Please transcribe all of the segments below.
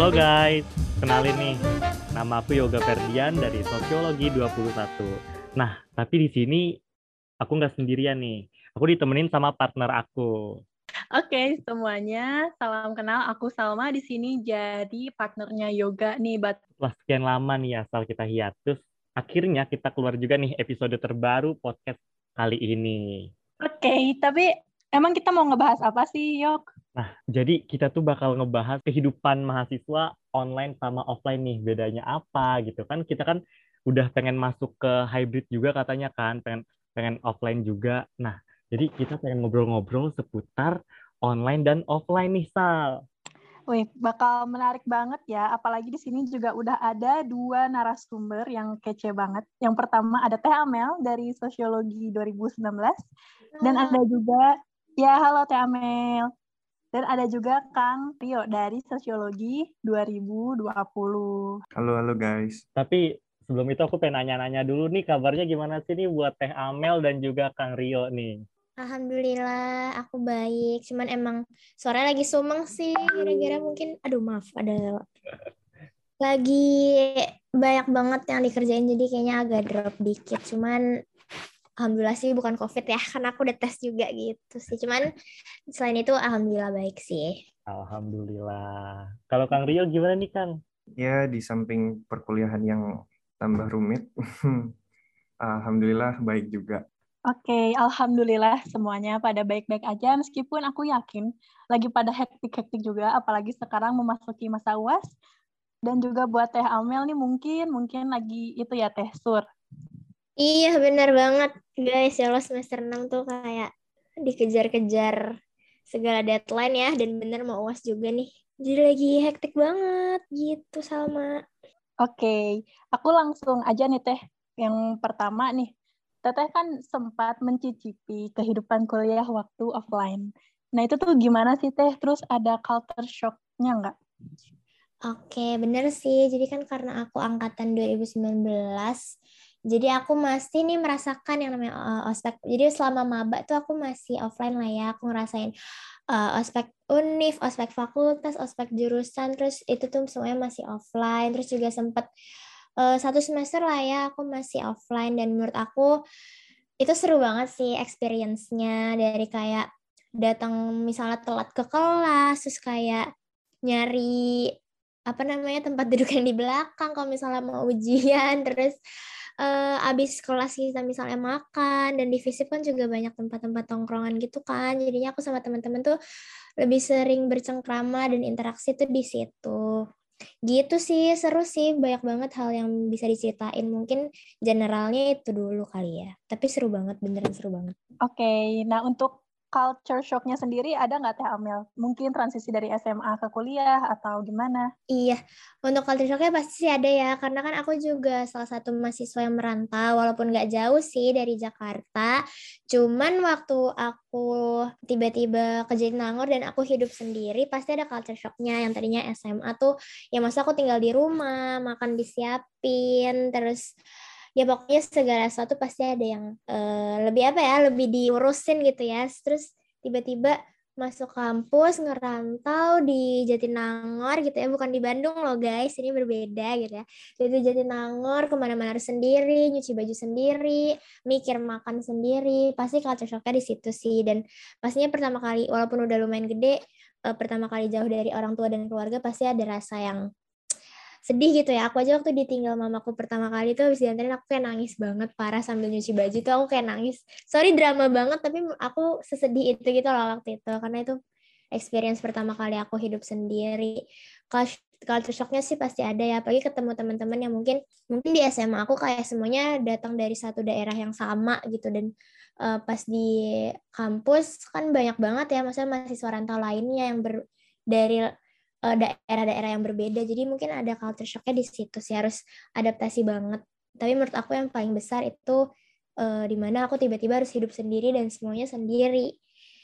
Halo guys, kenalin nih. Nama aku Yoga Ferdian dari Sosiologi 21. Nah, tapi di sini aku nggak sendirian nih. Aku ditemenin sama partner aku. Oke, semuanya. Salam kenal. Aku Salma di sini jadi partnernya Yoga nih. Setelah sekian lama nih asal kita hiatus, akhirnya kita keluar juga nih episode terbaru podcast kali ini. Oke, tapi emang kita mau ngebahas apa sih, Yok? Nah, jadi kita tuh bakal ngebahas kehidupan mahasiswa online sama offline nih. Bedanya apa gitu kan. Kita kan udah pengen masuk ke hybrid juga katanya kan. Pengen pengen offline juga. Nah, jadi kita pengen ngobrol-ngobrol seputar online dan offline nih, Sal. Wih, bakal menarik banget ya. Apalagi di sini juga udah ada dua narasumber yang kece banget. Yang pertama ada Teh Amel dari Sosiologi 2019. Dan Halo. ada juga, ya halo Teh Amel. Dan ada juga Kang Rio dari Sosiologi 2020. Halo guys. Tapi sebelum itu aku pengen nanya-nanya dulu nih kabarnya gimana sih nih buat Teh Amel dan juga Kang Rio nih. Alhamdulillah, aku baik. Cuman emang suaranya lagi sumeng sih, gara-gara mungkin, aduh maaf, ada lagi banyak banget yang dikerjain, jadi kayaknya agak drop dikit. Cuman Alhamdulillah sih bukan COVID ya, karena aku udah tes juga gitu sih. Cuman selain itu Alhamdulillah baik sih. Alhamdulillah. Kalau Kang Rio gimana nih, Kang? Ya, di samping perkuliahan yang tambah rumit, alhamdulillah baik juga. Oke, alhamdulillah semuanya pada baik-baik aja. Meskipun aku yakin lagi pada hektik-hektik juga, apalagi sekarang memasuki masa UAS. Dan juga buat Teh Amel nih mungkin lagi itu ya Teh Sur. Iya benar banget guys, ya Allah semester 6 tuh kayak dikejar-kejar segala deadline ya, dan bener mau UAS juga nih. Jadi lagi hektik banget gitu Salma. Oke, aku langsung aja nih Teh. Yang pertama nih, Teteh kan sempat mencicipi kehidupan kuliah waktu offline. Nah itu tuh gimana sih Teh? Terus ada culture shock-nya nggak? Oke, bener sih. Jadi kan karena aku angkatan 2019, jadi aku masih nih merasakan yang namanya ospek. Jadi selama maba tuh aku masih offline lah ya. Aku ngerasain ospek univ, ospek fakultas, ospek jurusan, terus itu tuh semuanya masih offline. Terus juga sempet 1 semester lah ya aku masih offline, dan menurut aku itu seru banget sih experience-nya, dari kayak datang misalnya telat ke kelas, terus kayak nyari apa namanya tempat duduk yang di belakang kalau misalnya mau ujian, terus abis kelas kita misalnya makan, dan di FISIP kan juga banyak tempat-tempat tongkrongan gitu kan, jadinya aku sama teman-teman tuh lebih sering bercengkrama dan interaksi tuh di situ gitu sih. Seru sih, banyak banget hal yang bisa diceritain, mungkin generalnya itu dulu kali ya, tapi seru banget, beneran seru banget. Oke, nah untuk culture shock-nya sendiri ada nggak Teh Amel? Mungkin transisi dari SMA ke kuliah atau gimana? Iya, untuk culture shock-nya pasti sih ada ya, karena kan aku juga salah satu mahasiswa yang merantau, walaupun nggak jauh sih dari Jakarta, cuman waktu aku tiba-tiba ke Jatinangor dan aku hidup sendiri, pasti ada culture shock-nya. Yang tadinya SMA tuh, ya masa aku tinggal di rumah, makan disiapin, terus ya pokoknya segala sesuatu pasti ada yang lebih apa ya, lebih diurusin gitu ya. Terus tiba-tiba masuk kampus ngerantau di Jatinangor gitu ya, bukan di Bandung loh guys, ini berbeda gitu ya. Jadi Jatinangor kemana-mana harus sendiri, nyuci baju sendiri, mikir makan sendiri, pasti culture shock-nya di situ sih. Dan pastinya pertama kali, walaupun udah lumayan gede, pertama kali jauh dari orang tua dan keluarga, pasti ada rasa yang sedih gitu ya. Aku aja waktu ditinggal mamaku pertama kali tuh habis diantarin, aku kayak nangis banget parah sambil nyuci baju tuh, aku kayak nangis. Sorry drama banget, tapi aku sesedih itu gitu loh waktu itu, karena itu experience pertama kali aku hidup sendiri. Culture shock-nya sih pasti ada ya, apalagi ketemu teman-teman yang mungkin di SMA aku kayak semuanya datang dari satu daerah yang sama gitu, dan pas di kampus kan banyak banget ya, maksudnya mahasiswa rantau lainnya yang dari daerah-daerah yang berbeda, jadi mungkin ada culture shock-nya di situ sih, harus adaptasi banget. Tapi menurut aku yang paling besar itu di mana aku tiba-tiba harus hidup sendiri dan semuanya sendiri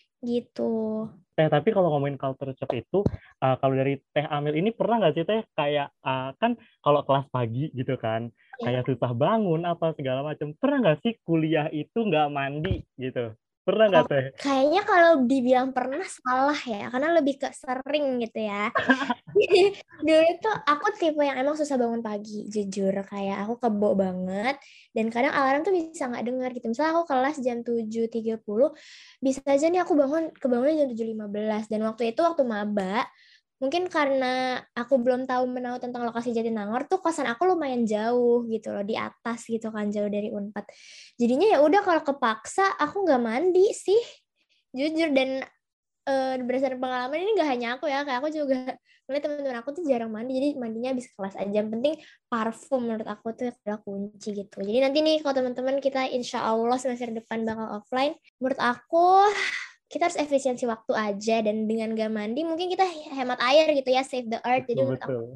gitu. Tapi kalau ngomongin culture shock itu, kalau dari Teh Amil ini pernah nggak sih Teh kayak kan kalau kelas pagi gitu kan, kayak susah bangun apa segala macam. Pernah nggak sih kuliah itu nggak mandi gitu? Pernah nggak Teh? Kayaknya kalau dibilang pernah salah ya, karena lebih ke sering gitu ya. Dulu tuh aku tipe yang emang susah bangun pagi, jujur. Kayak aku kebo banget. Dan kadang alarm tuh bisa nggak dengar gitu. Misalnya aku kelas jam 7.30, bisa aja nih aku kebangunnya jam 7.15. Dan waktu maba, mungkin karena aku belum tahu menahu tentang lokasi Jatinangor tuh kosan aku lumayan jauh gitu loh, di atas gitu kan, jauh dari Unpad. Jadinya ya udah kalau kepaksa aku nggak mandi sih, jujur. Dan berdasarkan pengalaman ini nggak hanya aku ya, kayak aku juga melihat teman-teman aku tuh jarang mandi, jadi mandinya habis kelas aja. Yang penting parfum menurut aku tuh adalah kunci gitu. Jadi nanti nih kalau teman-teman kita insya Allah semester depan bakal offline, menurut aku kita harus efisiensi waktu aja, dan dengan gak mandi mungkin kita hemat air gitu ya, save the earth. Jadi menurut aku Betul.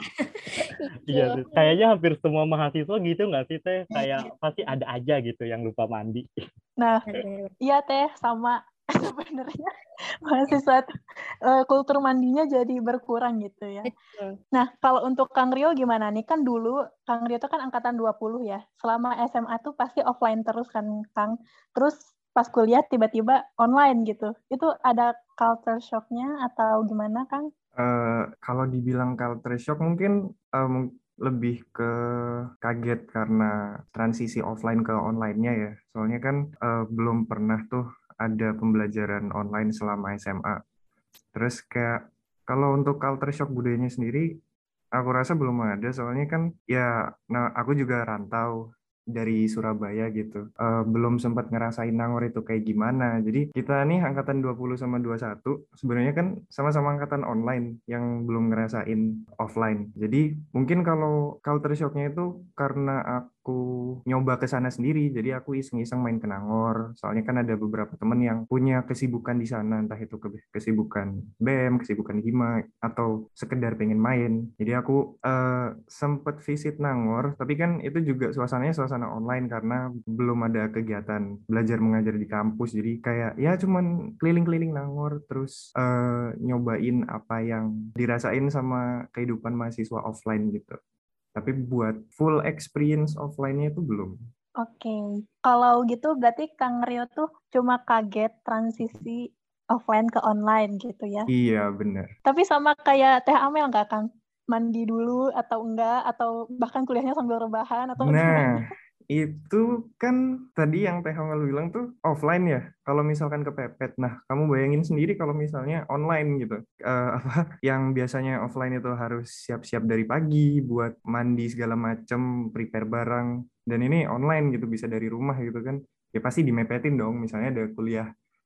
gitu. Iya sih. Kayaknya hampir semua mahasiswa gitu nggak sih Teh? Kayak pasti ada aja gitu yang lupa mandi. Nah, Benar-benar. iya Teh, sama sebenarnya mahasiswa kultur mandinya jadi berkurang gitu ya. Betul. Nah, kalau untuk Kang Rio gimana nih? Kan dulu Kang Rio itu kan angkatan 20 ya. Selama SMA tuh pasti offline terus kan, Kang. Terus pas kuliah tiba-tiba online gitu. Itu ada culture shock-nya atau gimana, Kang? Kalau dibilang culture shock mungkin lebih ke kaget karena transisi offline ke online-nya ya. Soalnya kan belum pernah tuh ada pembelajaran online selama SMA. Terus kayak kalau untuk culture shock budayanya sendiri, aku rasa belum ada. Soalnya kan ya, nah aku juga rantau dari Surabaya gitu. Belum sempat ngerasain Nangor itu kayak gimana. Jadi kita nih angkatan 20 sama 21 sebenarnya kan sama-sama angkatan online yang belum ngerasain offline. Jadi mungkin kalau culture shocknya itu karena aku nyoba ke sana sendiri. Jadi aku iseng-iseng main ke Nangor. Soalnya kan ada beberapa temen yang punya kesibukan di sana, entah itu kesibukan BEM, kesibukan Hima, atau sekedar pengen main. Jadi aku sempet visit Nangor, tapi kan itu juga suasananya suasana online karena belum ada kegiatan belajar mengajar di kampus. Jadi kayak ya cuman keliling-keliling Nangor, terus nyobain apa yang dirasain sama kehidupan mahasiswa offline gitu. Tapi buat full experience offline-nya itu belum. Oke. Kalau gitu berarti Kang Rio tuh cuma kaget transisi offline ke online gitu ya. Iya, benar. Tapi sama kayak Teh Amel nggak, Kang? Mandi dulu atau enggak? Atau bahkan kuliahnya sambil rebahan atau gimana? Nah, itu kan tadi yang Teh Hongel bilang tuh offline ya. Kalau misalkan kepepet, nah kamu bayangin sendiri kalau misalnya online gitu. Apa yang biasanya offline itu harus siap-siap dari pagi buat mandi segala macem, prepare barang. Dan ini online gitu, bisa dari rumah gitu kan. Ya pasti dimepetin dong. Misalnya ada kuliah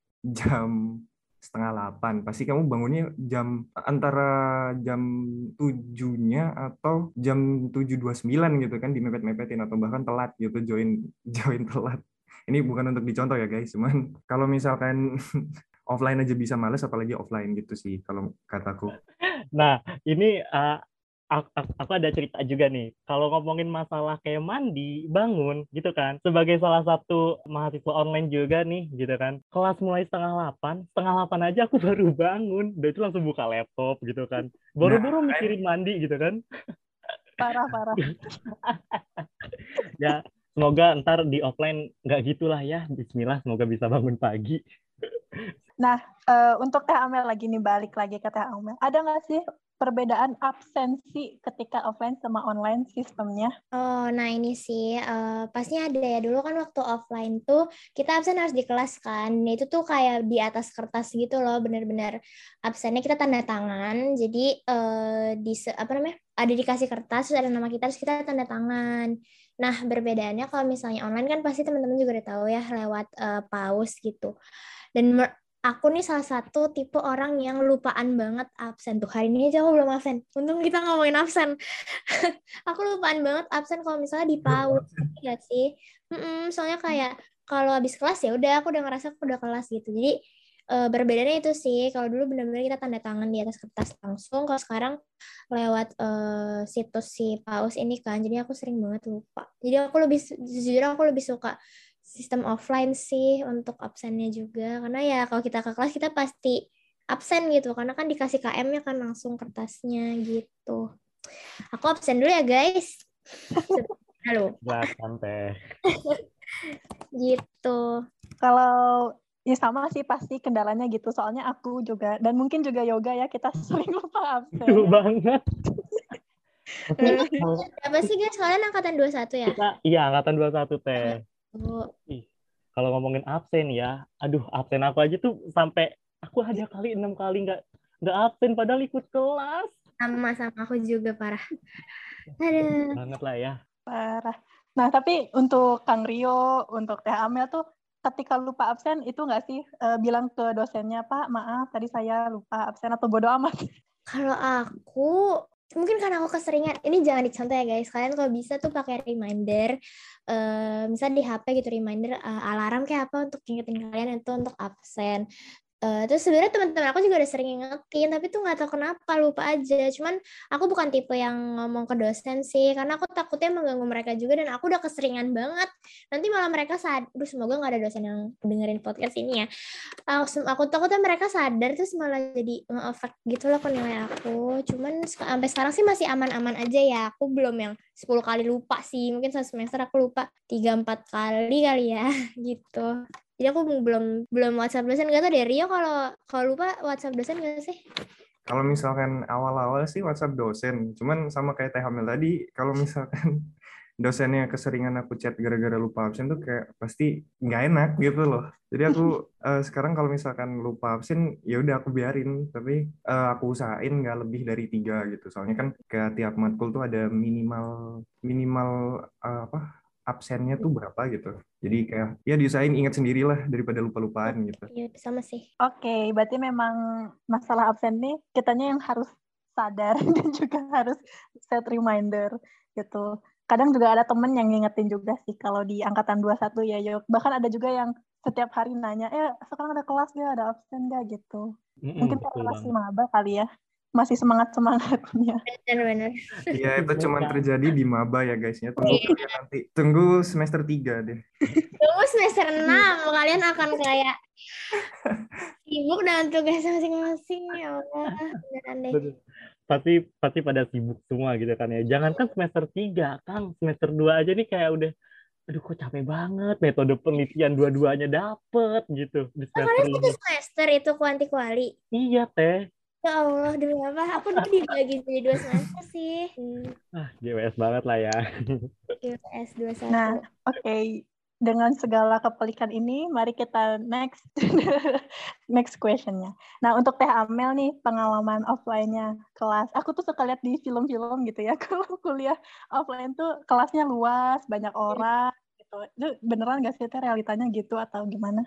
jam 7:30, pasti kamu bangunnya antara jam 7-nya atau jam 7.29 gitu kan, dimepet-mepetin atau bahkan telat gitu, join join telat. Ini bukan untuk dicontoh ya guys, cuman kalau misalkan offline aja bisa males, apalagi offline gitu sih kalau kataku. Nah, ini aku ada cerita juga nih. Kalau ngomongin masalah kayak mandi, bangun, gitu kan. Sebagai salah satu mahasiswa online juga nih, gitu kan. Kelas mulai setengah 8 aja aku baru bangun. Udah itu langsung buka laptop, gitu kan. Nah, Boro-boro mikirin mandi, gitu kan. Parah. Ya, semoga ntar di offline nggak gitulah ya. Bismillah, semoga bisa bangun pagi. Nah, untuk Teh Amel lagi nih, balik lagi ke Teh Amel. Ada nggak sih perbedaan absensi ketika offline sama online sistemnya? Oh, nah ini sih pastinya ada ya. Dulu kan waktu offline tuh kita absen harus di kelas kan. Nah, itu tuh kayak di atas kertas gitu loh, bener-bener absennya kita tanda tangan. Jadi apa namanya? Ada dikasih kertas, terus ada nama kita, terus kita tanda tangan. Nah, perbedaannya kalau misalnya online kan pasti teman-teman juga udah tahu ya, lewat paus gitu. Dan aku nih salah satu tipe orang yang lupaan banget absen tuh. Hari ini aja aku belum absen. Untung kita ngomongin absen. Aku lupaan banget absen kalau misalnya di PAUD, ya sih. Soalnya kayak kalau habis kelas ya udah, aku udah ngerasa aku udah kelas gitu. Jadi perbedaannya itu sih. Kalau dulu benar-benar kita tanda tangan di atas kertas langsung. Kalau sekarang lewat situs si PAUS ini kan. Jadi aku sering banget lupa. Jadi aku jujur aku lebih suka sistem offline sih untuk absennya juga. Karena ya kalau kita ke kelas kita pasti absen gitu. Karena kan dikasih KM-nya kan langsung kertasnya gitu. Aku absen dulu ya guys. Halo. Silakan Teh. Gitu. Kalau Ya sama sih pasti kendalanya gitu. Soalnya aku juga dan mungkin juga Yoga ya kita sering lupa absen. Betul banget. Tapi Berapa sih guys? Kalian angkatan 21 ya? kita, iya angkatan 21 teh. Oh, Ih, kalau ngomongin absen ya, aduh absen aku aja tuh sampai aku ada kali 6 kali nggak absen padahal ikut kelas. sama aku juga parah. Aduh. Banget lah ya. Parah. Nah, tapi untuk Kang Rio, untuk Teh Amel tuh ketika lupa absen itu nggak sih bilang ke dosennya, Pak, maaf tadi saya lupa absen atau bodo amat? Kalau aku mungkin karena aku keseringan, ini jangan dicontoh ya guys. Kalian kalau bisa tuh pakai reminder, misal di HP gitu reminder alarm kayak apa untuk ingetin kalian itu untuk absen. Terus sebenarnya teman-teman aku juga udah sering ngingetin, tapi tuh nggak tahu kenapa lupa aja. Cuman aku bukan tipe yang ngomong ke dosen sih, karena aku takutnya mengganggu mereka juga dan aku udah keseringan banget. Nanti malah mereka sadar, semoga nggak ada dosen yang dengerin podcast ini ya. Aku takutnya mereka sadar terus malah jadi nge-affect gitu loh ke nilai aku. Cuman sampai sekarang sih masih aman-aman aja ya. Aku belum yang 10 kali lupa sih. Mungkin satu semester aku lupa 3-4 kali kali ya gitu. Jadi aku belum WhatsApp dosen. Gak tau deh Rio kalau lupa WhatsApp dosen gak sih? Kalau misalkan awal-awal sih WhatsApp dosen, cuman sama kayak Teh Hamil tadi, kalau misalkan dosennya keseringan aku chat gara-gara lupa absen tuh kayak pasti nggak enak gitu loh. Jadi aku sekarang kalau misalkan lupa absen ya udah aku biarin, tapi aku usahain nggak lebih dari 3 gitu. Soalnya kan kayak tiap matkul tuh ada minimal minimal apa absennya tuh berapa gitu. Jadi kayak ya diusahain ingat sendirilah daripada lupa-lupaan gitu. Iya sama sih. Oke, berarti memang masalah absen nih kitanya yang harus sadar dan juga harus set reminder gitu. Kadang juga ada temen yang ngingetin juga sih kalau di angkatan 21 ya, Yok. Bahkan ada juga yang setiap hari nanya, sekarang ada kelas nggak, ada absen nggak gitu. Mungkin karena Betul masih banget. maba kali ya, masih semangat-semangatnya. Benar-benar. Iya, itu cuma terjadi di maba ya guys ya. Tunggu kalian nanti. Tunggu semester 3 deh. Tunggu semester 6 kalian akan kayak sibuk dengan tugas masing-masing ya Allah. Beneran deh. Betul. Pasti pada sibuk semua gitu kan ya. Jangankan semester 3, Kang, semester 2 aja nih kayak udah aduh kok capek banget metode penelitian dua-duanya dapet gitu di Oh, semester kalian satu ini. semester itu kuanti-kuali. Iya teh. Ya Allah, demi apa? Aku dulu dibagi jadi 2 semester sih. GWS banget lah ya. S21. Nah, oke. Dengan segala kepelikan ini, mari kita next question-nya. Nah, untuk Teh Amel nih, pengalaman offline-nya kelas. Aku tuh suka lihat di film-film gitu ya, kalau kuliah offline tuh kelasnya luas, banyak orang gitu. Itu beneran nggak sih Teh realitanya gitu atau gimana?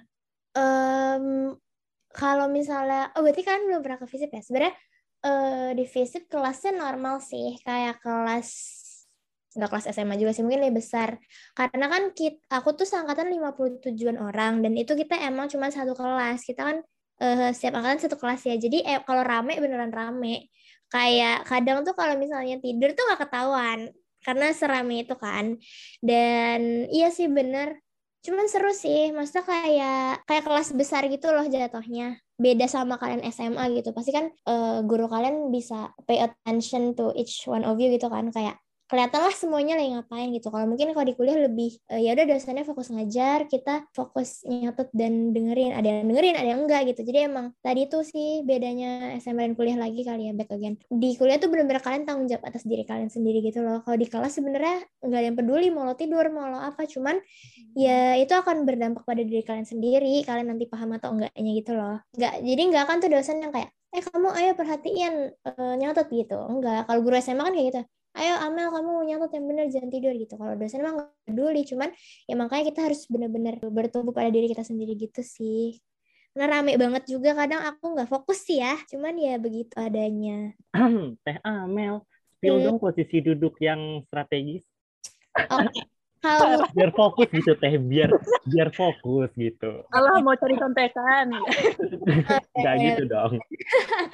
Kalau misalnya, berarti kalian belum pernah ke FISIP ya? Sebenarnya di FISIP kelasnya normal sih, kayak nggak kelas SMA juga sih, mungkin lebih besar. Karena kan aku tuh seangkatan 57-an orang, dan itu kita emang cuma satu kelas. Kita kan setiap angkatan satu kelas ya. Jadi kalau rame, beneran rame. Kayak kadang tuh kalau misalnya tidur tuh nggak ketahuan, karena serame itu kan. Dan iya sih bener. Cuman seru sih, maksudnya kayak kelas besar gitu loh jatuhnya. Beda sama kalian SMA gitu. Pasti kan guru kalian bisa pay attention to each one of you gitu kan. Kayak kelihatan lah semuanya lagi ngapain gitu. Kalau mungkin kalau di kuliah lebih ya udah dosennya fokus ngajar, kita fokus nyatet dan dengerin. Ada yang dengerin, ada yang enggak gitu. Jadi emang tadi tuh sih bedanya SMA dan kuliah lagi kali ya, back again. Di kuliah tuh benar-benar kalian tanggung jawab atas diri kalian sendiri gitu loh. Kalau di kelas sebenarnya nggak ada yang peduli mau lo tidur, mau lo apa. Cuman ya itu akan berdampak pada diri kalian sendiri. Kalian nanti paham atau enggaknya gitu loh. Jadi nggak akan tuh dosen yang kayak kamu ayo perhatiin nyatet gitu. Enggak. Kalau guru SMA kan kayak gitu. Ayo Amel kamu nyatet yang benar jangan tidur gitu. Kalau dosen emang nggak peduli, cuman ya makanya kita harus benar-benar bertumbuh pada diri kita sendiri gitu sih. Karena rame banget juga kadang aku nggak fokus sih ya, cuman ya begitu adanya. Teh Amel, spill dong posisi duduk yang strategis. Oke. Kalau Biar fokus gitu teh, biar fokus gitu. Alah mau cari contekan. Nggak gitu dong.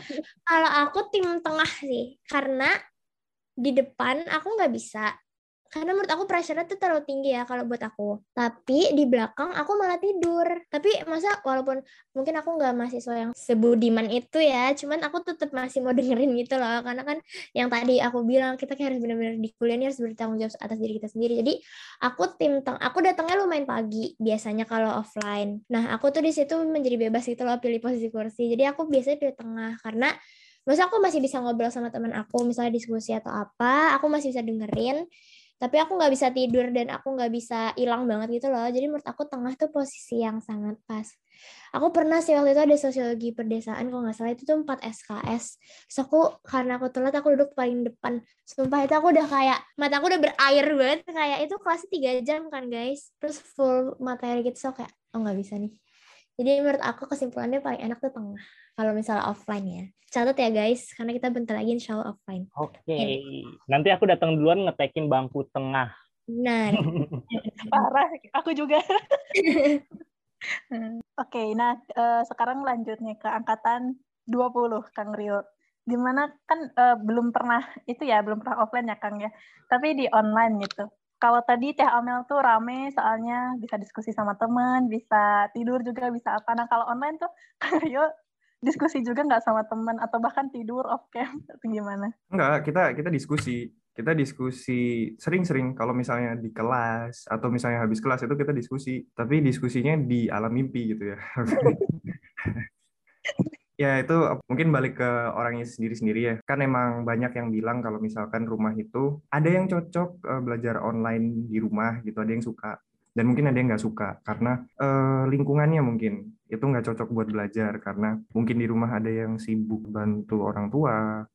kalau aku tim tengah sih, karena di depan aku nggak bisa karena menurut aku pressure-nya tuh terlalu tinggi ya kalau buat aku. Tapi di belakang aku malah tidur. Tapi masa walaupun mungkin aku nggak mahasiswa yang sebudiman itu ya, cuman aku tetap masih mau dengerin gitu loh. Karena kan yang tadi aku bilang, kita kayak harus benar-benar di kuliah ini harus bertanggung jawab atas diri kita sendiri. Jadi aku datangnya lumayan pagi biasanya kalau offline. Nah aku tuh di situ menjadi bebas gitu loh, pilih posisi kursi. Jadi aku biasanya pilih tengah karena masa aku masih bisa ngobrol sama teman aku, misalnya diskusi atau apa, aku masih bisa dengerin. Tapi aku nggak bisa tidur dan aku nggak bisa hilang banget gitu loh. Jadi menurut aku tengah tuh posisi yang sangat pas. Aku pernah sih waktu itu ada sosiologi perdesaan, kalau nggak salah itu tuh 4 SKS. Terus karena aku telat, aku duduk paling depan. Sumpah itu aku udah kayak, mata aku udah berair banget. Kayak itu kelasnya 3 jam kan guys. Terus full materi gitu, so kayak, oh nggak bisa nih. Jadi menurut aku kesimpulannya paling enak tuh tengah. Kalau misalnya offline ya. Catat ya guys, karena kita bentar lagi insya Allah offline. Oke. Nanti aku datang duluan ngetekin bangku tengah. Benar. Parah, aku juga. Oke, nah sekarang lanjut nih ke angkatan 20, Kang Rio. Gimana kan belum pernah offline ya Kang ya, tapi di online gitu. Kalau tadi Teh Amel tuh rame soalnya bisa diskusi sama teman, bisa tidur juga, bisa apa. Nah kalau online tuh Kang Rio diskusi juga nggak sama teman atau bahkan tidur off cam atau gimana? Enggak, kita diskusi. Kita diskusi sering-sering kalau misalnya di kelas atau misalnya habis kelas itu kita diskusi. Tapi diskusinya di alam mimpi gitu ya. Ya itu mungkin balik ke orangnya sendiri-sendiri ya. Kan emang banyak yang bilang kalau misalkan rumah itu ada yang cocok belajar online di rumah gitu, ada yang suka. Dan mungkin ada yang nggak suka karena lingkungannya mungkin itu nggak cocok buat belajar karena mungkin di rumah ada yang sibuk bantu orang tua,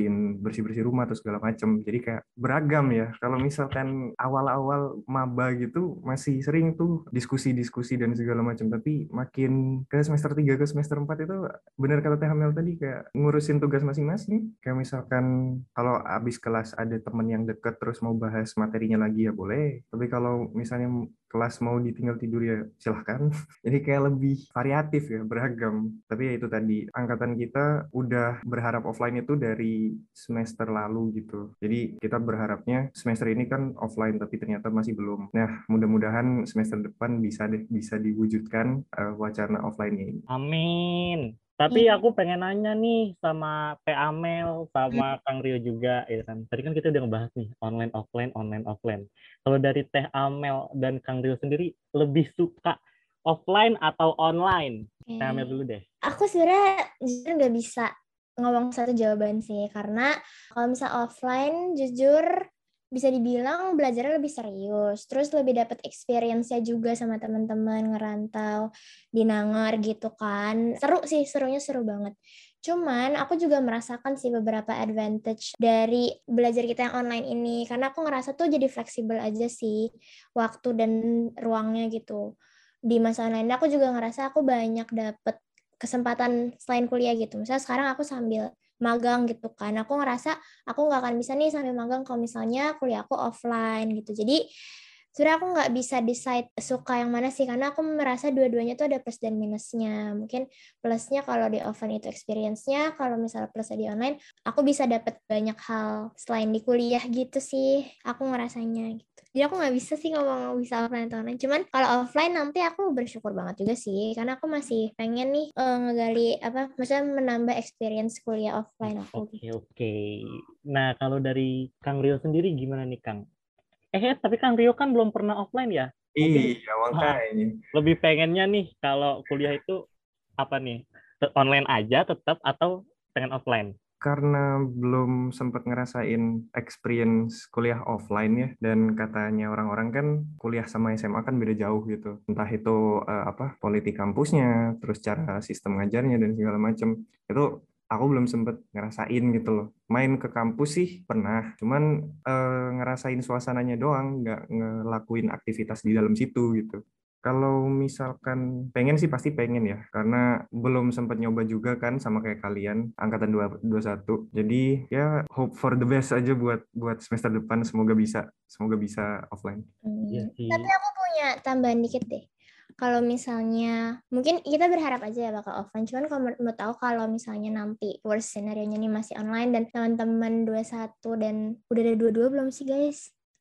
bersih rumah atau segala macam. Jadi kayak beragam ya. Kalau misalkan awal-awal maba gitu masih sering tuh diskusi-diskusi dan segala macam, tapi makin ke semester 3 ke semester 4 itu benar kata Teh Hamel tadi kayak ngurusin tugas masing-masing. Kayak misalkan kalau abis kelas ada temen yang deket terus mau bahas materinya lagi ya boleh. Tapi kalau misalnya kelas mau ditinggal tidur ya silahkan. Jadi kayak lebih variatif ya, beragam. Tapi ya itu tadi, angkatan kita udah berharap offline itu dari semester lalu gitu. Jadi kita berharapnya semester ini kan offline, tapi ternyata masih belum. Nah, mudah-mudahan semester depan bisa diwujudkan wacana offline-nya ini. Amin. Tapi aku pengen nanya nih sama Teh Amel, sama Kang Rio juga, ya kan. Tadi kan kita udah ngebahas nih, online, offline. Kalau dari Teh Amel dan Kang Rio sendiri, lebih suka offline atau online? Teh Amel dulu deh. Aku sebenarnya jujur nggak bisa ngomong satu jawaban sih, karena kalau misal offline jujur bisa dibilang belajarnya lebih serius, terus lebih dapat experience-nya juga sama teman-teman ngerantau di Nangor gitu kan. Seru sih, seru banget. Cuman aku juga merasakan sih beberapa advantage dari belajar kita yang online ini, karena aku ngerasa tuh jadi fleksibel aja sih waktu dan ruangnya gitu. Di masa online aku juga ngerasa aku banyak dapet kesempatan selain kuliah gitu. Misalnya sekarang aku sambil magang gitu kan. Aku ngerasa aku nggak akan bisa nih sambil magang kalau misalnya kuliah aku offline gitu. Jadi sebenarnya aku nggak bisa decide suka yang mana sih, karena aku merasa dua-duanya tuh ada plus dan minusnya. Mungkin plusnya kalau di offline itu experience-nya, kalau misalnya plusnya di online, aku bisa dapat banyak hal selain di kuliah gitu sih. Aku ngerasanya gitu. Jadi aku nggak bisa sih ngomong bisa offline atau online. Cuman kalau offline nanti aku bersyukur banget juga sih, karena aku masih pengen nih ngegali maksudnya menambah experience kuliah offline aku. Oke. Nah, kalau dari Kang Rio sendiri gimana nih, Kang? Tapi Kang Rio kan belum pernah offline ya? Mungkin Iya, makanya. lebih pengennya nih kalau kuliah itu apa nih? Online aja tetap atau pengen offline? Karena belum sempat ngerasain experience kuliah offline ya, dan katanya orang-orang kan kuliah sama SMA kan beda jauh gitu, entah itu politik kampusnya, terus cara sistem ngajarnya dan segala macam itu aku belum sempet ngerasain gitu loh. Main ke kampus sih pernah, cuman ngerasain suasananya doang, nggak ngelakuin aktivitas di dalam situ gitu. Kalau misalkan pengen sih pasti pengen ya, karena belum sempat nyoba juga kan sama kayak kalian, angkatan 21. Jadi ya hope for the best aja buat semester depan, semoga bisa offline. Iya sih. Tapi aku punya tambahan dikit deh. Kalau misalnya, mungkin kita berharap aja ya bakal offline. Cuman kalau mau tahu kalau misalnya nanti worst scenario-nya nih masih online dan teman-teman 21 dan udah ada 22 belum sih guys?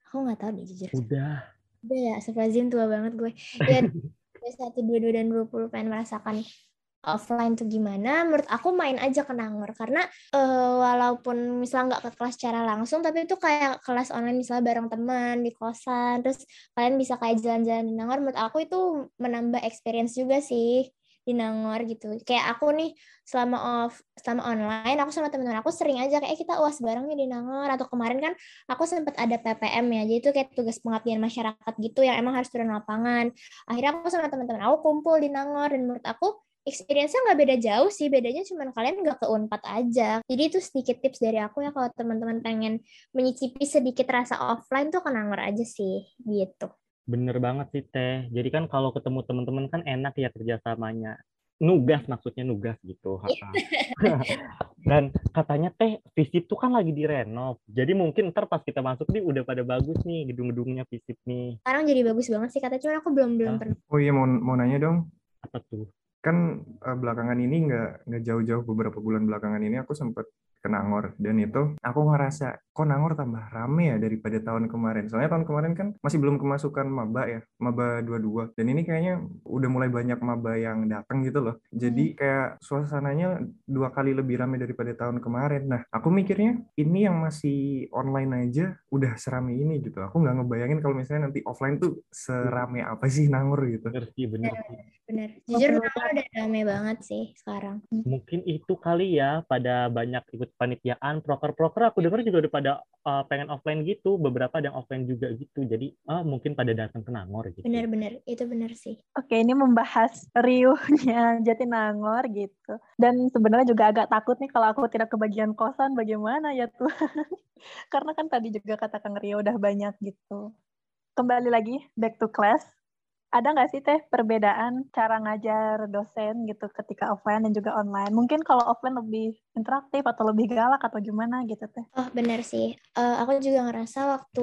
Aku nggak tahu deh jujur. Udah. Udah ya, astagfirullahaladzim, tua banget gue. Ya, 21, 22, dan 20 pengen merasakan offline tuh gimana, menurut aku main aja ke Nangor. Karena walaupun misalnya nggak ke kelas secara langsung, tapi itu kayak kelas online misalnya bareng teman di kosan, terus kalian bisa kayak jalan-jalan di Nangor, menurut aku itu menambah experience juga sih di Nangor gitu. Kayak aku nih selama online, aku sama teman-teman aku sering aja kayak kita UAS bareng nih di Nangor. Atau kemarin kan aku sempat ada PPM ya, jadi itu kayak tugas pengabdian masyarakat gitu yang emang harus turun lapangan. Akhirnya aku sama teman-teman aku kumpul di Nangor, dan menurut aku experience-nya nggak beda jauh sih, bedanya cuma kalian nggak ke Unpad aja. Jadi itu sedikit tips dari aku ya, kalau teman-teman pengen menyicipi sedikit rasa offline tuh ke Nangor aja sih, gitu. Bener banget sih Teh. Jadi kan kalau ketemu teman-teman kan enak ya kerjasamanya. Nugas maksudnya nugas gitu. Dan katanya Teh Visip tuh kan lagi direnov. Jadi mungkin ntar pas kita masuk nih udah pada bagus nih gedung-gedungnya Visip nih. Sekarang jadi bagus banget sih katanya, cuman aku belum Ah, pernah. Oh iya, mau nanya dong. apa tuh? Kan belakangan ini nggak jauh-jauh, beberapa bulan belakangan ini aku sempat ke Nangor, dan itu aku ngerasa kok Nangor tambah rame ya daripada tahun kemarin. Soalnya tahun kemarin kan masih belum kemasukan maba ya, maba 22, dan ini kayaknya udah mulai banyak maba yang datang gitu loh. Jadi kayak suasananya 2 kali lebih rame daripada tahun kemarin. Nah, aku mikirnya ini yang masih online aja udah serame ini gitu. Aku nggak ngebayangin kalau misalnya nanti offline tuh serame apa sih Nangor gitu. Bener sih, bener sih. Bener. Jujur Oke, Nangor udah rame banget sih sekarang. Mungkin itu kali ya pada banyak ikut panitiaan, proker-proker aku dengar juga udah pada pengen offline gitu, beberapa ada yang offline juga gitu. Jadi mungkin pada datang ke Nangor gitu. Bener-bener, itu bener sih. Oke, ini membahas riuhnya Jatinangor gitu. Dan sebenarnya juga agak takut nih kalau aku tidak kebagian kosan, bagaimana ya tuh? Karena kan tadi juga kata Kang Rio udah banyak gitu. Kembali lagi, back to class. Ada nggak sih Teh perbedaan cara ngajar dosen gitu ketika offline dan juga online? Mungkin kalau offline lebih interaktif atau lebih galak atau gimana gitu Teh? Oh, bener sih. Aku juga ngerasa waktu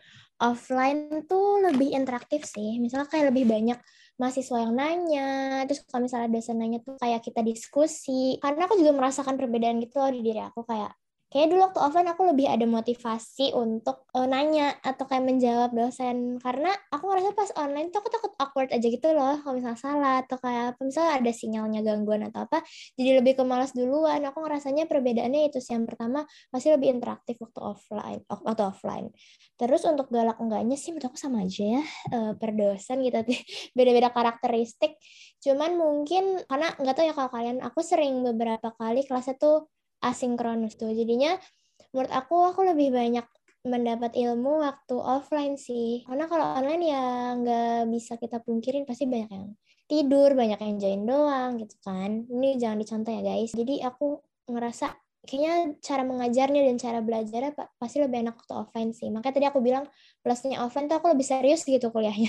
offline tuh lebih interaktif sih. Misalnya kayak lebih banyak mahasiswa yang nanya, terus kalau misalnya dosen nanya tuh kayak kita diskusi. Karena aku juga merasakan perbedaan gitu loh di diri aku, kayak dulu waktu offline aku lebih ada motivasi untuk nanya atau kayak menjawab dosen. Karena aku ngerasa pas online tuh aku takut awkward aja gitu loh kalau misalnya salah atau kayak apa, misalnya ada sinyalnya gangguan atau apa. Jadi lebih ke malas duluan. Aku ngerasanya perbedaannya itu sih. Yang pertama, masih lebih interaktif waktu offline. Terus untuk galak enggaknya sih menurut aku sama aja ya, per dosen gitu. Beda-beda karakteristik. Cuman mungkin karena nggak tahu ya kalau kalian, aku sering beberapa kali kelasnya tuh asinkronus tuh. Jadinya menurut aku lebih banyak mendapat ilmu waktu offline sih. Karena kalau online ya nggak bisa kita pungkirin pasti banyak yang tidur, banyak yang join doang gitu kan. Ini jangan dicontoh ya guys. Jadi aku ngerasa kayaknya cara mengajarnya dan cara belajarnya pasti lebih enak waktu offline sih. Makanya tadi aku bilang plusnya offline tuh aku lebih serius gitu kuliahnya.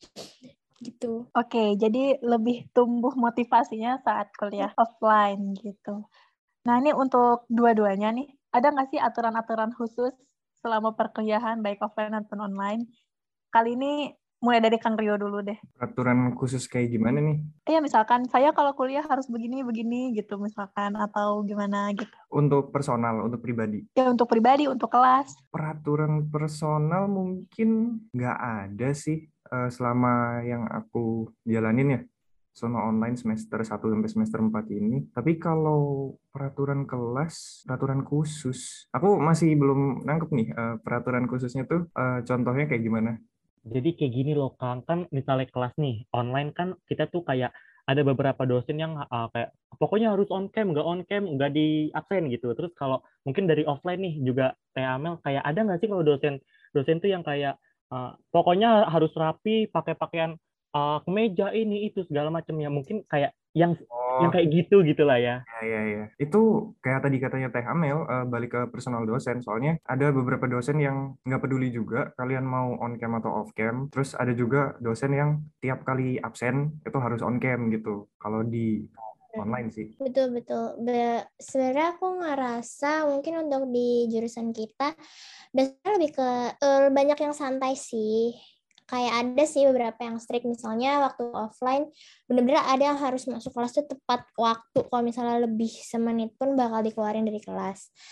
Gitu. Oke, jadi lebih tumbuh motivasinya saat kuliah offline gitu. Nah, ini untuk dua-duanya nih, ada nggak sih aturan-aturan khusus selama perkuliahan, baik offline maupun online? Kali ini mulai dari Kang Rio dulu deh. Aturan khusus kayak gimana nih? Ya, misalkan saya kalau kuliah harus begini-begini gitu misalkan, atau gimana gitu. Untuk personal, untuk pribadi. Ya, untuk pribadi, untuk kelas. Peraturan personal mungkin nggak ada sih selama yang aku jalanin ya, selama online semester 1 sampai semester 4 ini. Tapi kalau peraturan kelas, peraturan khusus, aku masih belum nangkep nih peraturan khususnya tuh contohnya kayak gimana. Jadi kayak gini loh Kang, kan misalnya kelas nih online kan kita tuh kayak ada beberapa dosen yang kayak pokoknya harus on cam, nggak di absen gitu. Terus kalau mungkin dari offline nih juga Teh Amel kayak ada nggak sih kalau dosen tuh yang kayak pokoknya harus rapi, pakai pakaian kemeja ini itu segala macam ya. Mungkin kayak yang Oh, kayak gitu gitulah ya. ya. Itu kayak tadi katanya Teh Amel, balik ke personal dosen. Soalnya ada beberapa dosen yang nggak peduli juga kalian mau on cam atau off cam. Terus ada juga dosen yang tiap kali absen itu harus on cam gitu. Kalau di online sih. Betul-betul. Sebenarnya aku ngerasa mungkin untuk di jurusan kita dasarnya lebih ke banyak yang santai sih. Kayak ada sih beberapa yang strict, misalnya waktu offline bener-bener ada yang harus masuk kelas tuh tepat waktu. Kalau misalnya lebih semenit pun bakal dikeluarin dari kelas.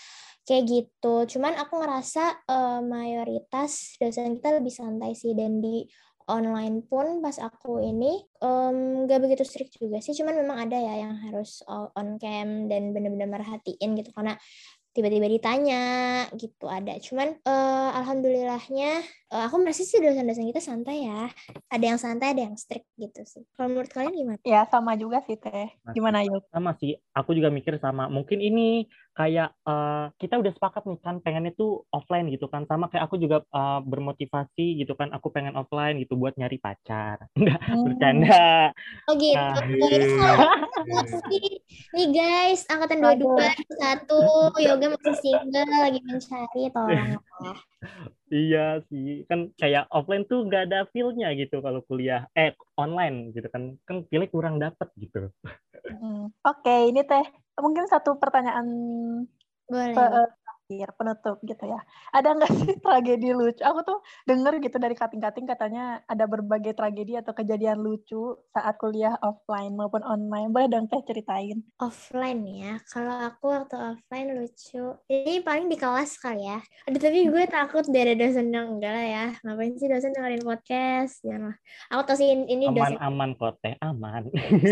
kayak gitu. Cuman aku ngerasa mayoritas dosen kita lebih santai sih, dan di online pun pas aku ini nggak begitu strict juga sih, cuman memang ada ya yang harus on cam dan benar-benar merhatiin gitu karena tiba-tiba ditanya gitu ada. Cuman alhamdulillahnya aku merasa sih dosen-dosen kita santai ya. Ada yang santai, ada yang strict gitu sih. Kalau menurut kalian gimana? Ya, sama juga sih Teh. Gimana Yuk? Sama sih, aku juga mikir sama. Mungkin ini kayak kita udah sepakat nih kan pengennya tuh offline gitu kan. Sama kayak aku juga bermotivasi gitu kan. Aku pengen offline gitu buat nyari pacar. Enggak, bercanda. Oh gitu. Nah, Terus kalau nih guys, angkatan 22 Yoga masih single, lagi mencari, tolong. iya sih. Kan kayak offline tuh nggak ada feel-nya gitu kalau kuliah. Online gitu kan. Kan feel-nya kurang dapet gitu. Oke, ini Teh mungkin satu pertanyaan Boleh. terakhir penutup gitu ya. Ada nggak sih tragedi lucu? Aku tuh denger gitu dari kating-kating katanya ada berbagai tragedi atau kejadian lucu saat kuliah offline maupun online. Boleh dong Teh ceritain? Offline ya. Kalau aku waktu offline lucu. Ini paling di kelas kali ya. Aduh, tapi gue takut deh ada dosen yang enggak lah ya. Ngapain sih dosen dengerin podcast? Jangan lah. Aku tahu sih ini dosen Aman-aman kok teh, aman.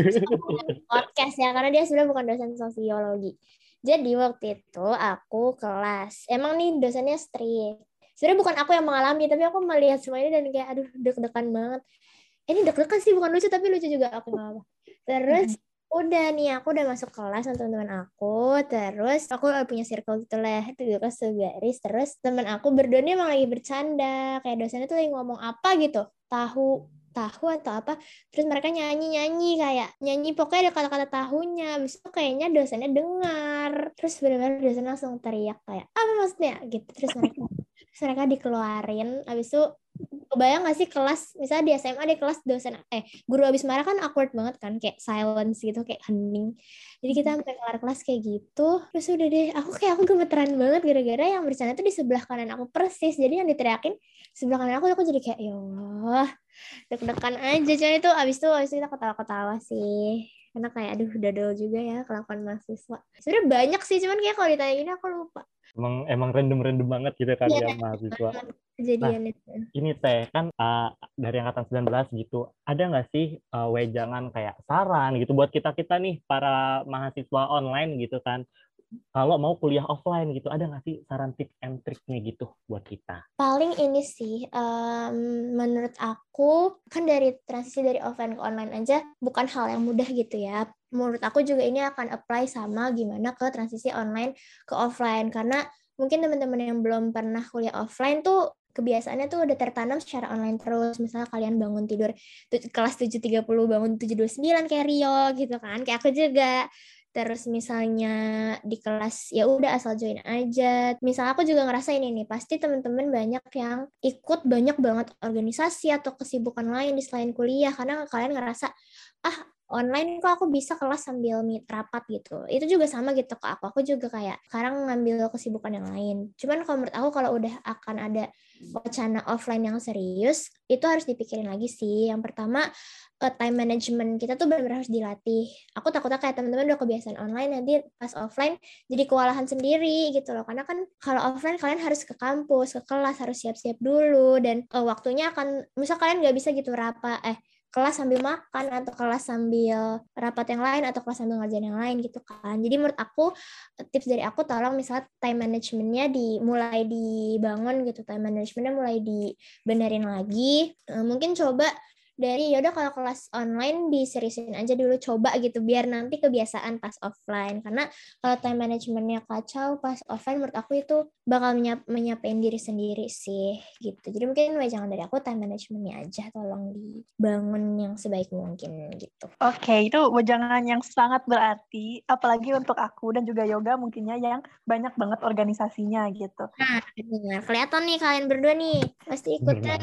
podcast ya, karena dia sebenarnya bukan dosen sosiologi. Jadi waktu itu aku kelas. Emang nih dosennya strict. Sebenarnya bukan aku yang mengalami, tapi aku melihat semua ini dan kayak aduh deg-degan banget. Ini deg-degan sih, bukan lucu tapi lucu juga, aku nggak apa. Terus udah nih aku udah masuk kelas sama teman-teman aku. Terus aku punya circle gitu lah, itu juga sebaris. Terus teman aku berdua nih emang lagi bercanda, kayak dosennya tuh lagi ngomong apa gitu, tahu atau apa, terus mereka nyanyi kayak nyanyi, pokoknya ada kata-kata tahunya. Habis itu kayaknya dosennya dengar, terus benar-benar dosen langsung teriak kayak apa maksudnya gitu, terus mereka dikeluarin. Habis itu kebayang gak sih kelas, misalnya di SMA di kelas dosen guru habis marah kan awkward banget kan, kayak silence gitu, kayak hening. Jadi kita sampai kelar kelas kayak gitu. Terus udah deh, aku gemeteran banget gara-gara yang bercanda tuh di sebelah kanan aku persis. Jadi yang diteriakin sebelah kanan aku jadi kayak ya Allah, deg-degan aja. Cuman itu abis itu kita ketawa-ketawa sih, karena kayak aduh dadal juga ya kelakuan mahasiswa. Sebenarnya banyak sih, cuman kayak kalau ditanya ini aku lupa. Emang random banget gitu kan ya mahasiswa. Nah, Kejadian itu. ini teh kan dari angkatan 19 gitu. Ada nggak sih wejangan kayak saran gitu buat kita-kita nih para mahasiswa online gitu kan. Kalau mau kuliah offline gitu, ada nggak sih saran tips and triknya gitu buat kita? Paling ini sih, menurut aku kan dari transisi dari offline ke online aja bukan hal yang mudah gitu ya. Menurut aku juga ini akan apply sama gimana ke transisi online ke offline, karena mungkin teman-teman yang belum pernah kuliah offline tuh kebiasaannya tuh udah tertanam secara online terus. Misalnya kalian bangun tidur kelas 7.30 bangun 7.29 kayak Rio gitu kan, kayak aku juga. Terus misalnya di kelas ya udah asal join aja. Misalnya aku juga ngerasa ini nih, pasti teman-teman banyak yang ikut banyak banget organisasi atau kesibukan lain di selain kuliah, karena kalian ngerasa online kok aku bisa kelas sambil meet rapat gitu. Itu juga sama gitu ke aku. Aku juga kayak sekarang ngambil kesibukan yang lain. Cuman kalau menurut aku kalau udah akan ada wacana offline yang serius, itu harus dipikirin lagi sih. Yang pertama, time management kita tuh benar-benar harus dilatih. Aku takutnya kayak teman-teman udah kebiasaan online, nanti pas offline jadi kewalahan sendiri gitu loh. Karena kan kalau offline kalian harus ke kampus, ke kelas, harus siap-siap dulu. Dan waktunya akan, misal kalian nggak bisa gitu kelas sambil makan atau kelas sambil rapat yang lain atau kelas sambil ngerjain yang lain gitu kan. Jadi menurut aku tips dari aku, tolong misalnya time managementnya mulai dibangun gitu, time managementnya mulai dibenerin lagi. Mungkin coba dari yaudah kalau kelas online diseriusin aja dulu, coba gitu biar nanti kebiasaan pas offline. Karena kalau time managementnya kacau pas offline, menurut aku itu bakal menyapain diri sendiri sih gitu. Jadi mungkin jangan dari aku, time managementnya aja tolong dibangun yang sebaik mungkin gitu. Oke, itu wejangan yang sangat berarti, apalagi untuk aku dan juga Yoga mungkinnya yang banyak banget organisasinya gitu. Nah, benar. Kelihatan nih kalian berdua nih pasti ikutnya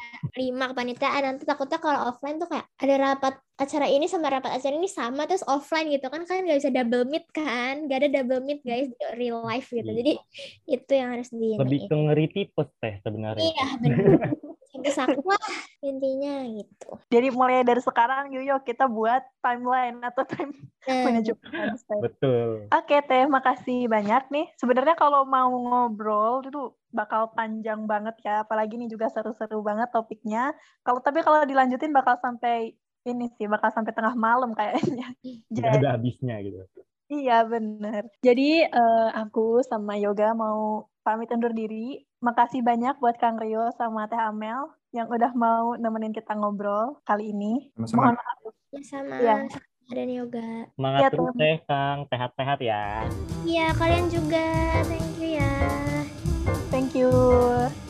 5 kepanitiaan. Nanti takutnya kalau offline tuh kayak ada rapat acara ini sama rapat acara ini sama, terus offline gitu kan kalian nggak bisa double meet kan. Nggak ada double meet guys di real life gitu. Jadi itu yang harus Lebih ke ngeri tipes teh sebenarnya. iya benar. rusak lah intinya gitu. Jadi mulai dari sekarang yuk kita buat timeline atau time management. Betul. Oke, Teh, makasih banyak nih. Sebenarnya kalau mau ngobrol itu bakal panjang banget ya, apalagi ini juga seru-seru banget topiknya. Tapi kalau dilanjutin bakal sampai bakal sampai tengah malam kayaknya. Nggak ada habisnya gitu. Iya, benar. Jadi aku sama Yoga mau pamit undur diri. Makasih banyak buat Kang Rio sama Teh Amel yang udah mau nemenin kita ngobrol kali ini. Sama-sama. Mohon maaf. Sama Iya. dan Yoga. Semangat Iya, terus Teh. Kang, sehat-sehat ya. Iya, kalian juga. Thank you ya. Thank you.